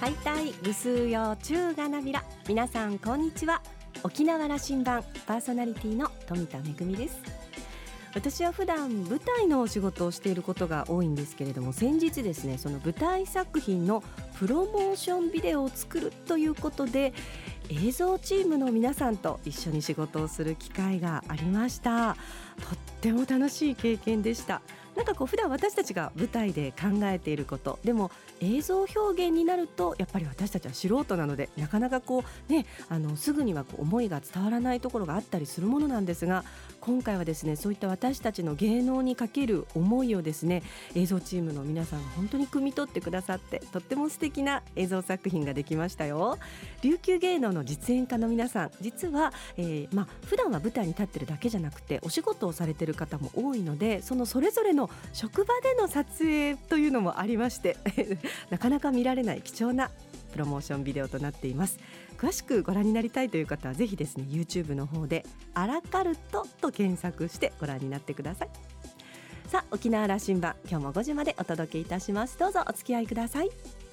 はいたいぐすうようちゅうがなびら。皆さんこんにちは。沖縄羅針盤パーソナリティの富田恵です。私は普段舞台のお仕事をしていることが多いんですけれども、先日ですね、その舞台作品のプロモーションビデオを作るということで、映像チームの皆さんと一緒に仕事をする機会がありました。とっても楽しい経験でした。なんか普段私たちが舞台で考えていること、でも映像表現になるとやっぱり私たちは素人なので、なかなかすぐには思いが伝わらないところがあったりするものなんですが、今回はですね、そういった私たちの芸能にかける思いをですね、映像チームの皆さんが本当に汲み取ってくださって、とっても素敵な映像作品ができましたよ。琉球芸能の実演家の皆さん、実は、普段は舞台に立ってるだけじゃなくてお仕事をされている方も多いので、それぞれの職場での撮影というのもありましてなかなか見られない貴重なプロモーションビデオとなっています。詳しくご覧になりたいという方はぜひですね、 YouTube の方でアラカルトと検索してご覧になってください。さあ、沖縄羅針盤、今日も5時までお届けいたします。どうぞお付き合いください。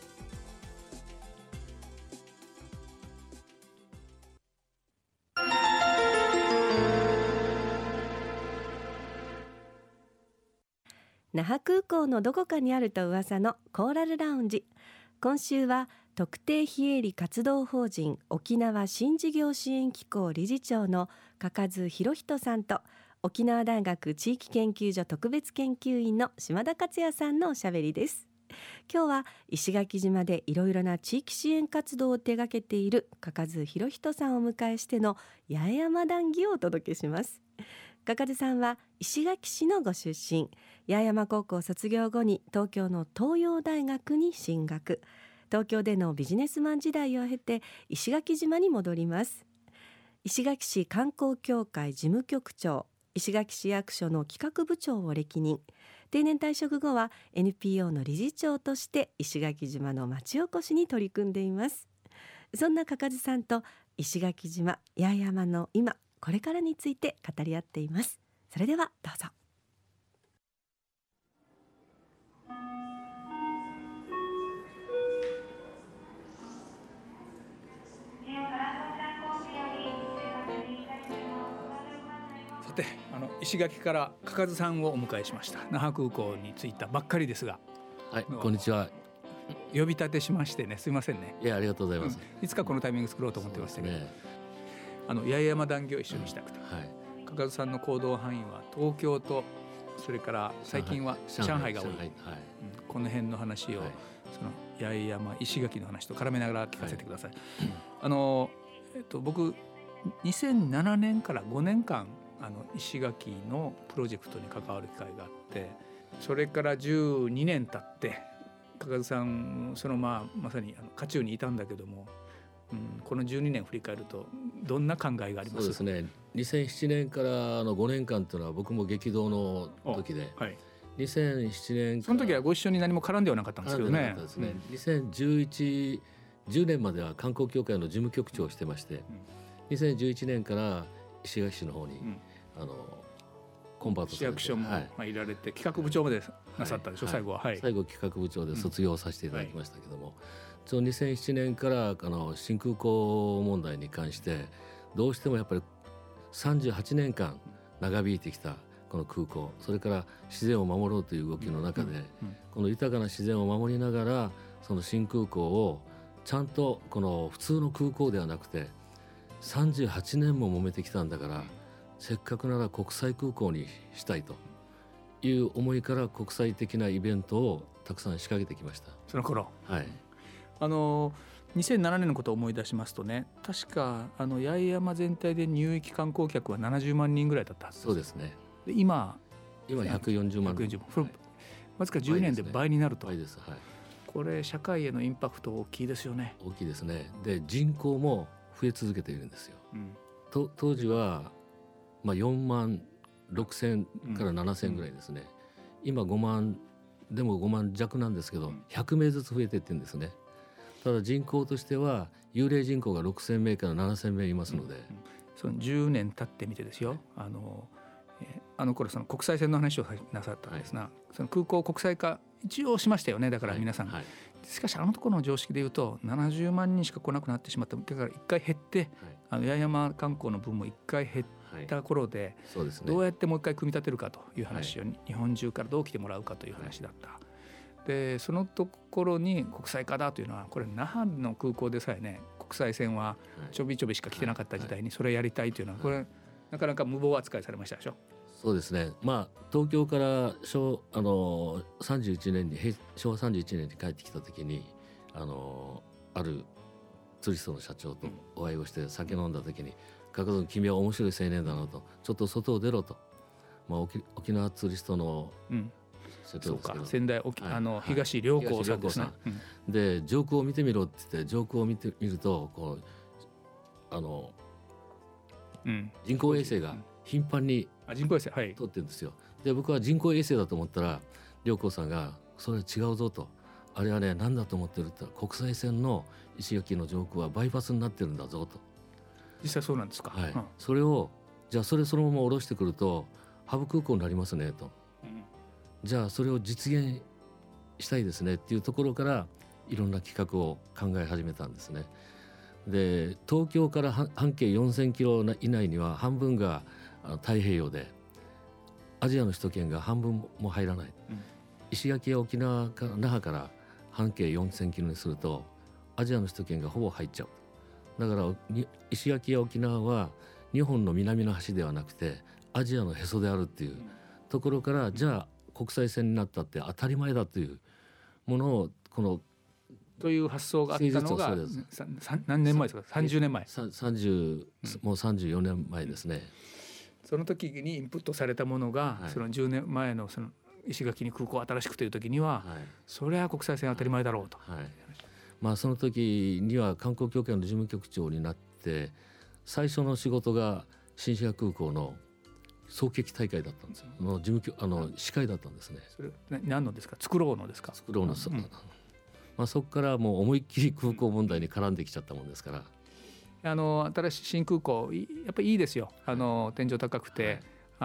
那覇空港のどこかにあると噂のコーラルラウンジ。今週は特定非営利活動法人沖縄新事業支援機構理事長の嘉数博人さんと、沖縄大学地域研究所特別研究員の島田克也さんのおしゃべりです。今日は石垣島でいろいろな地域支援活動を手掛けている嘉数博人さんをお迎えしての八重山談義をお届けします。嘉数さんは石垣市のご出身。八重山高校卒業後に東京の東洋大学に進学。東京でのビジネスマン時代を経て石垣島に戻ります。石垣市観光協会事務局長、石垣市役所の企画部長を歴任。定年退職後は NPO の理事長として石垣島の町おこしに取り組んでいます。そんな嘉数さんと石垣島、八重山の今これからについて語り合っています。それではどうぞ。 さて、石垣から嘉数さんをお迎えしました。那覇空港に着いたばっかりですが、 はい、こんにちは。 呼び立てしましてね、すいませんね。 いや、ありがとうございます。 いつかこのタイミング作ろうと思ってましたけど、八重山談義を一緒にしたくて、嘉数さんの行動範囲は東京と、それから最近は上海が多い、この辺の話を、その八重山石垣の話と絡めながら聞かせてください。僕2007年から5年間石垣のプロジェクトに関わる機会があって、それから12年経って嘉数さんまさに渦中にいたんだけども、この12年振り返るとどんな考えがあります？ そうですね、2007年からの5年間というのは僕も激動の時で、2007年その時はご一緒に何も絡んではなかったんですけどね。 2011、10年までは観光協会の事務局長をしてまして、2011年から石垣市の方に、コンバートされて、 市役所もいられて、企画部長までなさったでしょ、最後は。 最後企画部長で卒業させていただきましたけども、その2007年から新空港問題に関してどうしてもやっぱり38年間長引いてきたこの空港、それから自然を守ろうという動きの中で、この豊かな自然を守りながら、その新空港をちゃんとこの普通の空港ではなくて、38年も揉めてきたんだから、せっかくなら国際空港にしたいという思いから国際的なイベントをたくさん仕掛けてきました。 その頃、2007年のことを思い出しますとね、確か八重山全体で入域観光客は70万人ぐらいだったはずです。 そうですね。 で今 140万人、 わずか10年で倍になると。 倍です、 これ社会へのインパクト大きいですよね。 大きいですね。で、人口も増え続けているんですよ。当時は4万6千から7千ぐらいですね。今5万でも5万弱なんですけど、100名ずつ増えていってるんですね。ただ人口としては幽霊人口が6千名から7千名いますので、 その10年経ってみてですよ、頃その国際線の話をなさったんですが、その空港国際化一応しましたよね。だから皆さん、 しかしあのところの常識でいうと70万人しか来なくなってしまった。だから一回減って、八重山観光の分も一回減った頃で、 そうですね、 どうやってもう一回組み立てるかという話を、日本中からどう来てもらうかという話だった。でそのところに国際化だというのは、これ那覇の空港でさえね、国際線はちょびちょびしか来てなかった時代にそれやりたいというのは、これなかなか無謀扱いされましたでしょ。 そうですね、東京から昭和31年に帰ってきた時にあるツーリストの社長とお会いをして酒飲んだ時に、角田君君は面白い青年だなと、ちょっと外を出ろと、沖縄ツーリストの社長ですけど、 仙台東良子さんですね。 で上空を見てみろって言って、上空を見てみるとこう人工衛星が頻繁に撮ってるんですよ。で僕は人工衛星だと思ったら、良子さんがそれは違うぞと、あれはね何だと思ってるって言ったら、国際線の石垣の上空はバイパスになってるんだぞと。 実際そうなんですか。 それをじゃあそのまま下ろしてくるとハブ空港になりますねと、じゃあそれを実現したいですねっていうところからいろんな企画を考え始めたんですね。で東京から半径4000キロ以内には半分が太平洋で、アジアの首都圏が半分も入らない、石垣や沖縄から那覇から半径4000キロにするとアジアの首都圏がほぼ入っちゃう。だから石垣や沖縄は日本の南の端ではなくてアジアのへそであるっていうところから、じゃあ国際線になったって当たり前だというものをという発想があったのが何年前ですか。30年前。 もう34年前ですね。 その時にインプットされたものが、その10年前のその石垣に空港新しくという時には、それは国際線当たり前だろうと。 その時には観光協会の事務局長になって、最初の仕事が新滋賀空港の総決起大会だったんですよ。司会だったんですね。 それ何のですか。作ろうのですか。 作ろうの、そこからもう思いっきり空港問題に絡んできちゃったもんですから。 新しい新空港やっぱりいいですよ。天井高くて、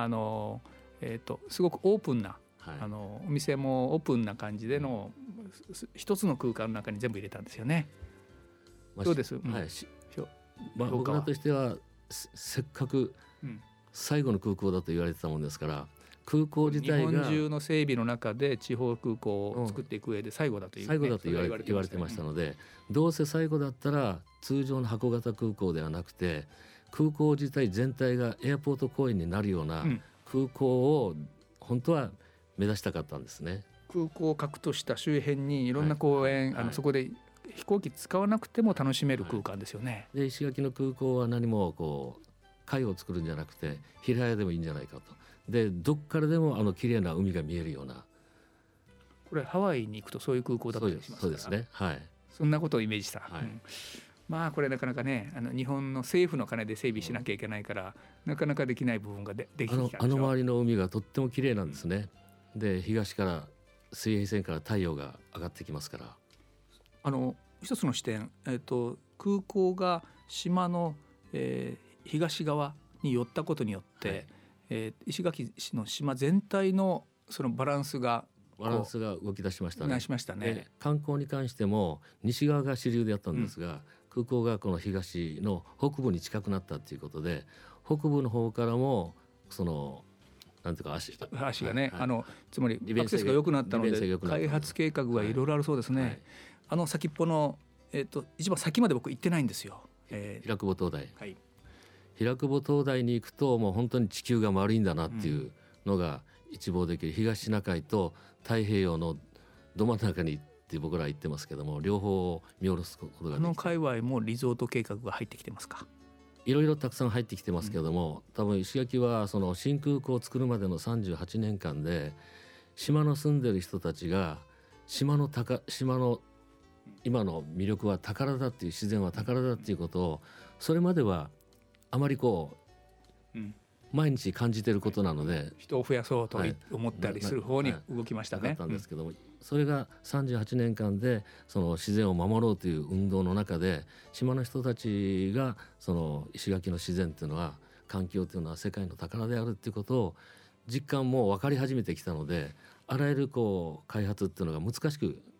すごくオープンな、お店もオープンな感じでの一つの空間の中に全部入れたんですよね。どうです？ 僕らとしてはせっかく最後の空港だと言われてたもんですから、空港自体が日本中の整備の中で地方空港を作っていく上で最後だという、 言われてましたので、どうせ最後だったら通常の箱型空港ではなくて、空港自体全体がエアポート公園になるような空港を本当は目指したかったんですね。 空港を核とした周辺にいろんな公園、そこで飛行機使わなくても楽しめる空間ですよね。 で石垣の空港は何も貝を作るんじゃなくて平屋でもいいんじゃないかと。でどっからでも綺麗な海が見えるような。 これハワイに行くとそういう空港だったりしますから。 そうですね、 そんなことをイメージした、これなかなかね、日本の政府の金で整備しなきゃいけないから、なかなかできない部分ができてきたでしょ。 周りの海がとっても綺麗なんですね。で東から水平線から太陽が上がってきますから。 一つの視点、空港が島の、東側に寄ったことによって、石垣市の島全体のそのバランスが動き出しましたね。 で観光に関しても西側が主流でやったんですが、空港がこの東の北部に近くなったということで、北部の方からもなんていうか足がね、つまりアクセスが良くなったので開発計画がいろいろあるそうですね。先っぽの、一番先まで僕行ってないんですよ。 平久保灯台、平久保灯台に行くともう本当に地球が丸いんだなっていうのが一望できる。東シナ海と太平洋のど真ん中にって僕らは言ってますけども、両方を見下ろすことができる。 界隈もリゾート計画が入ってきてますか？ いろいろたくさん入ってきてますけども、多分石垣はその新空港を作るまでの38年間で島の住んでる人たちが島の今の魅力は宝だっていう、自然は宝だっていうことをそれまではあまり毎日感じてることなので、 人を増やそうと思ったりする方に動きましたね。 だったんですけども、それが38年間でその自然を守ろうという運動の中で、島の人たちがその石垣の自然というのは、環境というのは世界の宝であるということを実感も分かり始めてきたので、あらゆる開発っていうのが難しく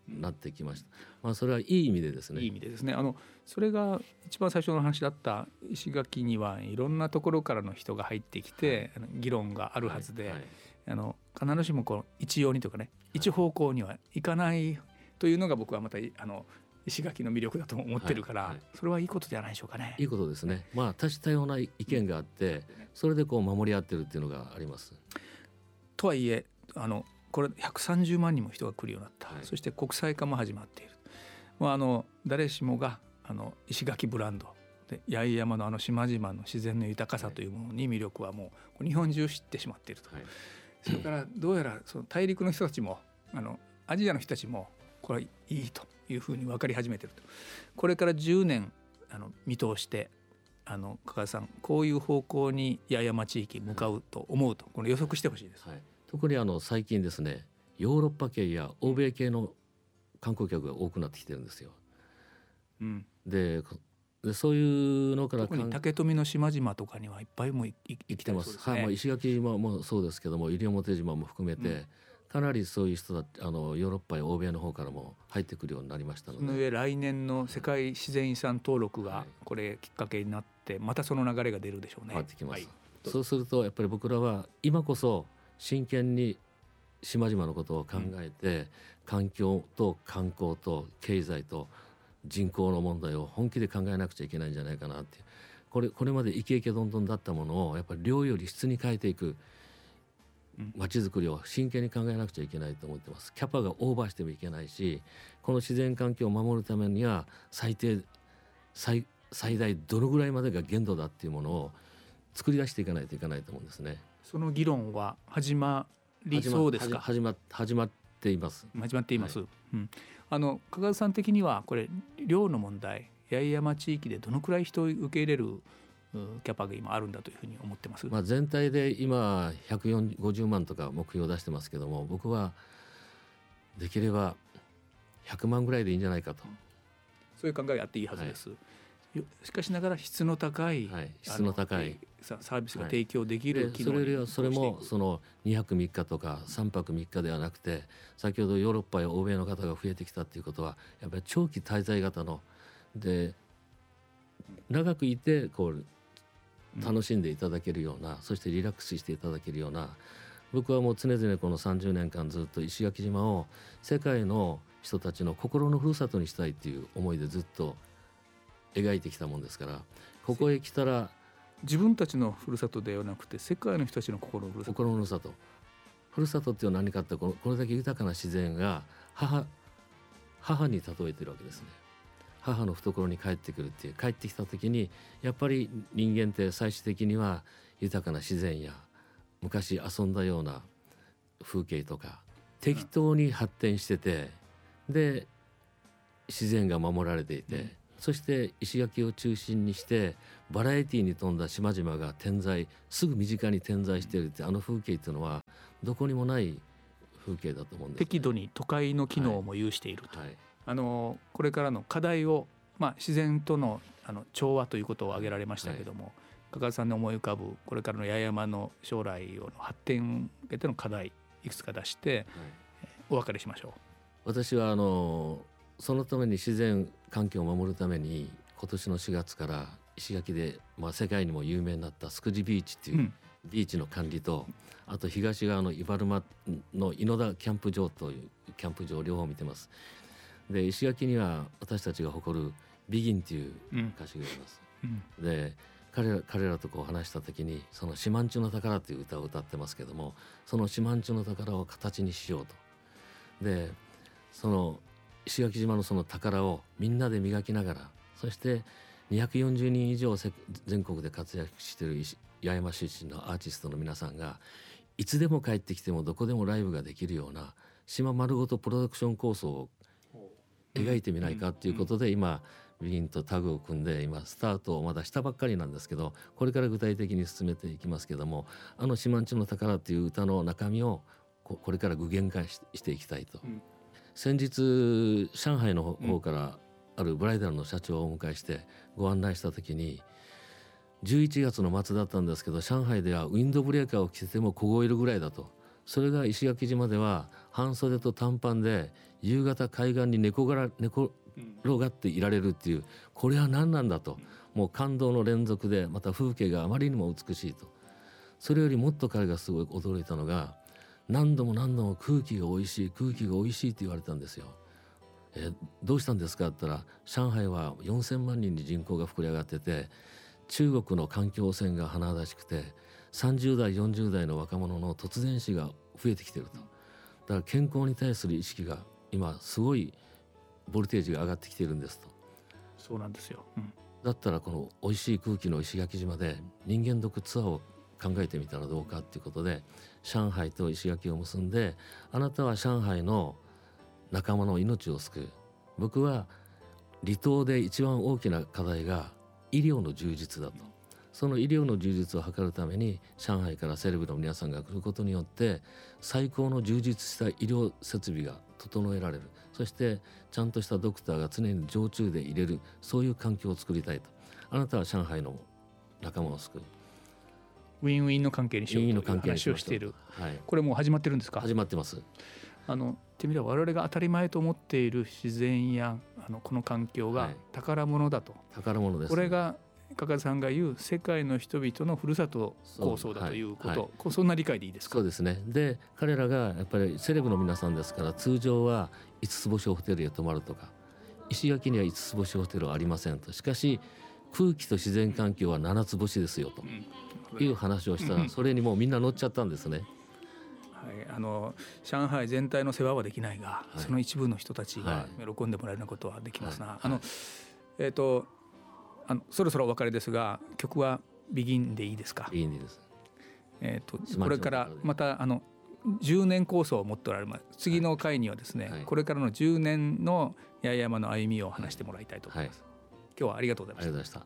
なってきました。それはいい意味でですね。 いい意味でですね。それが一番最初の話だった石垣にはいろんなところからの人が入ってきて、議論があるはずで、必ずしもこう一様にとかね、一方向にはいかないというのが僕はまた石垣の魅力だと思ってるから、それはいいことではないでしょうかね。 いいことですね。多種多様な意見があって、それでこう守り合ってるっていうのがあります。 とはいえこれ130万人も人が来るようになった、そして国際化も始まっている。誰しもが石垣ブランドで八重山の島々の自然の豊かさというものに魅力はもう日本中知ってしまっていると、それからどうやらその大陸の人たちもアジアの人たちもこれはいいというふうに分かり始めていると。これから10年見通して加賀さん、こういう方向に八重山地域向かうと思うと、この予測してほしいです。 特に最近ですね、ヨーロッパ系や欧米系の観光客が多くなってきてるんですよ。でそういうのから特に竹富の島々とかにはいっぱいも行きてます。 石垣島もそうですけども、西表島も含めて、かなりそういう人だヨーロッパや欧米の方からも入ってくるようになりましたので、 その上来年の世界自然遺産登録がこれきっかけになって、またその流れが出るでしょうね。 変わってきます。そうするとやっぱり僕らは今こそ真剣に島々のことを考えて、環境と観光と経済と人口の問題を本気で考えなくちゃいけないんじゃないかなっていう、これまでイケイケどんどんだったものをやっぱり量より質に変えていく街づくりを真剣に考えなくちゃいけないと思ってます。キャパがオーバーしてもいけないし、この自然環境を守るためには最大どのぐらいまでが限度だっていうものを作り出していかないといけないと思うんですね。 その議論は始まりそうですか？ 始まっています。 始まっています。加賀さん的にはこれ量の問題、八重山地域でどのくらい人を受け入れるキャパが今あるんだというふうに思ってます？ 全体で今150万とか目標を出してますけども、僕はできれば100万ぐらいでいいんじゃないかと、 そういう考えがあっていいはずです。しかしながら質の高いサービスが提供できる機能に、 それもその2泊3日とか3泊3日ではなくて、先ほどヨーロッパや欧米の方が増えてきたということは、やっぱり長期滞在型ので長くいてこう楽しんでいただけるような、そしてリラックスしていただけるような、僕はもう常々この30年間ずっと石垣島を世界の人たちの心のふるさとにしたいっていう思いでずっと描いてきたもんですから、ここへ来たら自分たちのふるさとではなくて世界の人たちの心のふるさと。 心のふるさと、ふるさとっていうのは何かってこれだけ豊かな自然が母に例えてるわけですね。母の懐に帰ってくるっていう、帰ってきた時にやっぱり人間って最終的には豊かな自然や昔遊んだような風景とか適当に発展してて、で自然が守られていて、そして石垣を中心にしてバラエティに富んだ島々がすぐ身近に点在しているって、風景っていうのはどこにもない風景だと思うんです、ね。 適度に都会の機能も有していると、これからの課題を、自然との調和ということを挙げられましたけども、加賀さんの思い浮かぶこれからの八重山の将来の発展を向けての課題いくつか出して、お別れしましょう。 私はそのために自然環境を守るために今年の4月から石垣で、世界にも有名になったスクジビーチっていうビーチの管理と、あと東側の茨間の井の田キャンプ場というキャンプ場両方見てます。で石垣には私たちが誇るビギンっていう歌手がいます、で彼らとこう話した時に、その四万十の宝っていう歌を歌ってますけども、その四万十の宝を形にしようと。でその石垣島のその宝をみんなで磨きながら、そして240人以上全国で活躍している八重山出身のアーティストの皆さんがいつでも帰ってきてもどこでもライブができるような島丸ごとプロダクション構想を描いてみないかということで、今ビギンとタグを組んで今スタートをまだしたばっかりなんですけど、これから具体的に進めていきますけども、四万十の宝っていう歌の中身をこれから具現化していきたいと、先日上海の方からあるブライダルの社長をお迎えしてご案内した時に、11月の末だったんですけど、上海ではウィンドブレーカーを着てても凍えるぐらいだと、 それが石垣島では半袖と短パンで夕方海岸に寝転がっていられるっていう、これは何なんだと、もう感動の連続で、また風景があまりにも美しいと。それよりもっと彼がすごい驚いたのが、何度も何度も空気がおいしい空気がおいしいって言われたんですよ。どうしたんですかって言ったら、上海は4000万人に人口が膨れ上がってて、中国の環境汚染が甚だしくて、30代40代の若者の突然死が増えてきていると。だから健康に対する意識が今すごいボルテージが上がってきているんですと。 そうなんですよ、 だったらこのおいしい空気の石垣島で人間ドックツアーを考えてみたらどうかということで、上海と石垣を結んで、あなたは上海の仲間の命を救う、僕は離島で一番大きな課題が医療の充実だと。その医療の充実を図るために上海からセレブの皆さんが来ることによって最高の充実した医療設備が整えられる、そしてちゃんとしたドクターが常に常駐で入れる、そういう環境を作りたいと。あなたは上海の仲間を救う、 ウィンウィンの関係にしようという話をしている、これもう始まってるんですか？ 始まってます。 ってみれば我々が当たり前と思っている自然やこの環境が宝物だと、 宝物です、 これが加賀さんが言う世界の人々のふるさと構想だということ、そんな理解でいいですか？ そうですね。で彼らがやっぱりセレブの皆さんですから、通常は5つ星ホテルへ泊まるとか、石垣には5つ星ホテルはありませんと。しかし空気と自然環境は7つ星ですよという話をしたら、それにもうみんな乗っちゃったんですね。 上海全体の世話はできないが、その一部の人たちが喜んでもらえるようなことはできますな。そろそろお別れですが、曲はビギンでいいですか？ いいんです。 これからまた10年構想を持っておられます。次の回にはですね、これからの10年の八重山の歩みを話してもらいたいと思います。今日はありがとうございました。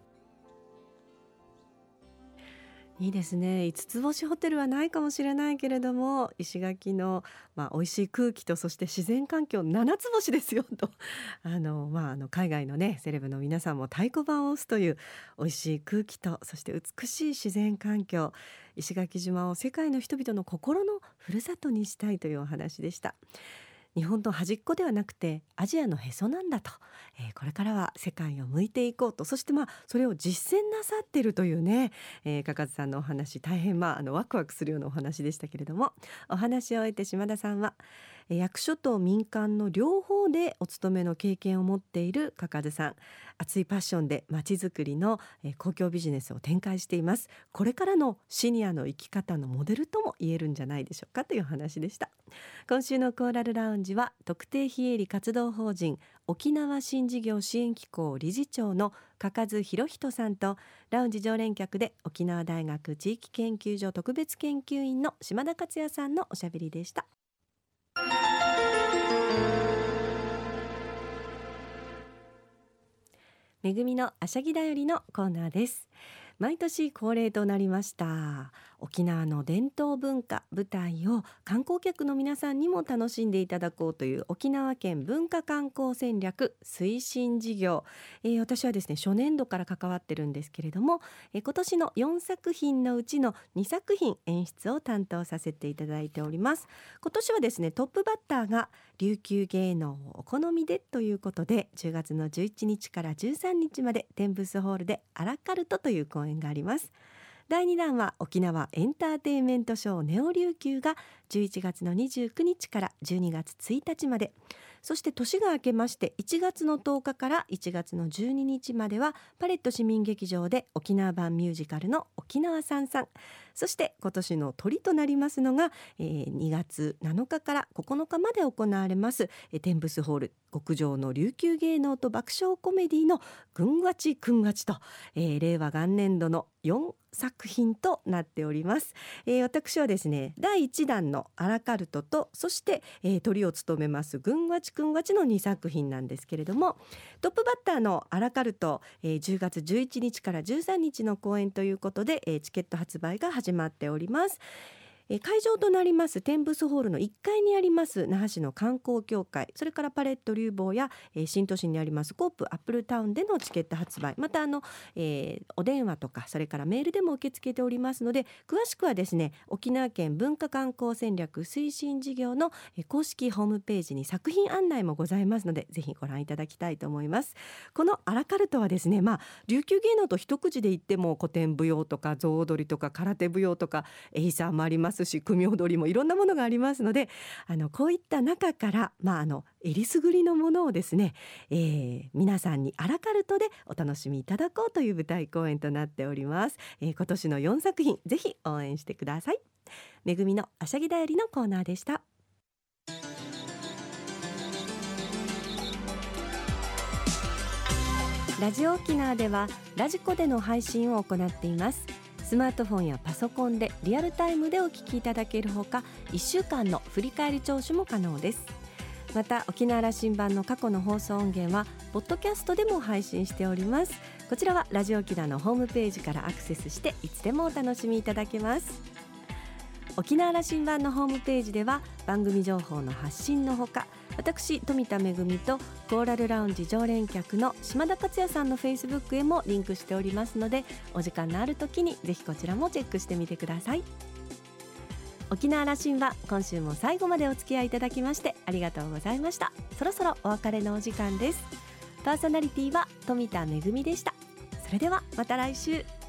いいですね。5つ星ホテルはないかもしれないけれども、石垣の美味しい空気と、そして自然環境7つ星ですよと海外のねセレブの皆さんも太鼓判を押すという、美味しい空気とそして美しい自然環境、石垣島を世界の人々の心のふるさとにしたいというお話でした。日本の端っこではなくてアジアのへそなんだと、これからは世界を向いていこうと、そしてそれを実践なさっているというね、加賀さんのお話、大変ワクワクするようなお話でしたけれども、お話を終えて島田さんは、役所と民間の両方でお勤めの経験を持っている加賀さん、熱いパッションでまちづくりの公共ビジネスを展開しています。これからのシニアの生き方のモデルとも言えるんじゃないでしょうかという話でした。今週のコーラルラウンジは、特定非営利活動法人沖縄新事業支援機構理事長の加賀博人さんと、ラウンジ常連客で沖縄大学地域研究所特別研究員の島田克也さんのおしゃべりでした。めぐみのあしゃぎだよりのコーナーです。毎年恒例となりました沖縄の伝統文化舞台を観光客の皆さんにも楽しんでいただこうという沖縄県文化観光戦略推進事業、私はですね初年度から関わってるんですけれども、今年の4作品のうちの2作品演出を担当させていただいております。今年はですねトップバッターが琉球芸能をお好みでということで、10月の11日から13日までテンブスホールでアラカルトという公演があります。第2弾は沖縄エンターテインメントショーネオ琉球が11月の29日から12月1日まで、そして年が明けまして1月の10日から1月の12日まではパレット市民劇場で沖縄版ミュージカルの沖縄さんさん、そして今年のトリとなりますのが、2月7日から9日まで行われますテンブスホール極上の琉球芸能と爆笑コメディのぐんわちくんわちと、令和元年度の4作品となっております。私はですね第1弾のアラカルトと、そして、トリを務めますぐんわちくんわちの2作品なんですけれども、トップバッターのアラカルト、10月11日から13日の公演ということで、チケット発売が始まっております。 会場となりますテンブスホールの1階にあります那覇市の観光協会、それからパレット流房や、新都心にありますコープアップルタウンでのチケット発売、またお電話とかそれからメールでも受け付けておりますので、詳しくはですね、沖縄県文化観光戦略推進事業の公式ホームページに作品案内もございますので、ぜひご覧いただきたいと思います。このアラカルトはですね、琉球芸能と一口で言っても古典舞踊とか象踊りとか空手舞踊とかエイサーもありますし、組踊りもいろんなものがありますので、こういった中から、えりすぐりのものをですね、皆さんにアラカルトでお楽しみいただこうという舞台公演となっております。今年の4作品ぜひ応援してください。めぐみのあしゃぎだよりのコーナーでした。ラジオ沖縄ではラジコでの配信を行っています。スマートフォンやパソコンでリアルタイムでお聞きいただけるほか、1週間の振り返り聴取も可能です。また沖縄羅針盤の過去の放送音源はポッドキャストでも配信しております。こちらはラジオ沖縄のホームページからアクセスしていつでもお楽しみいただけます。沖縄羅針盤のホームページでは番組情報の発信のほか、私富田恵とコーラルラウンジ常連客の島田克也さんの Facebook へもリンクしておりますので、お時間のある時にぜひこちらもチェックしてみてください。沖縄羅針盤、今週も最後までお付き合いいただきましてありがとうございました。そろそろお別れのお時間です。パーソナリティは富田恵でした。それではまた来週。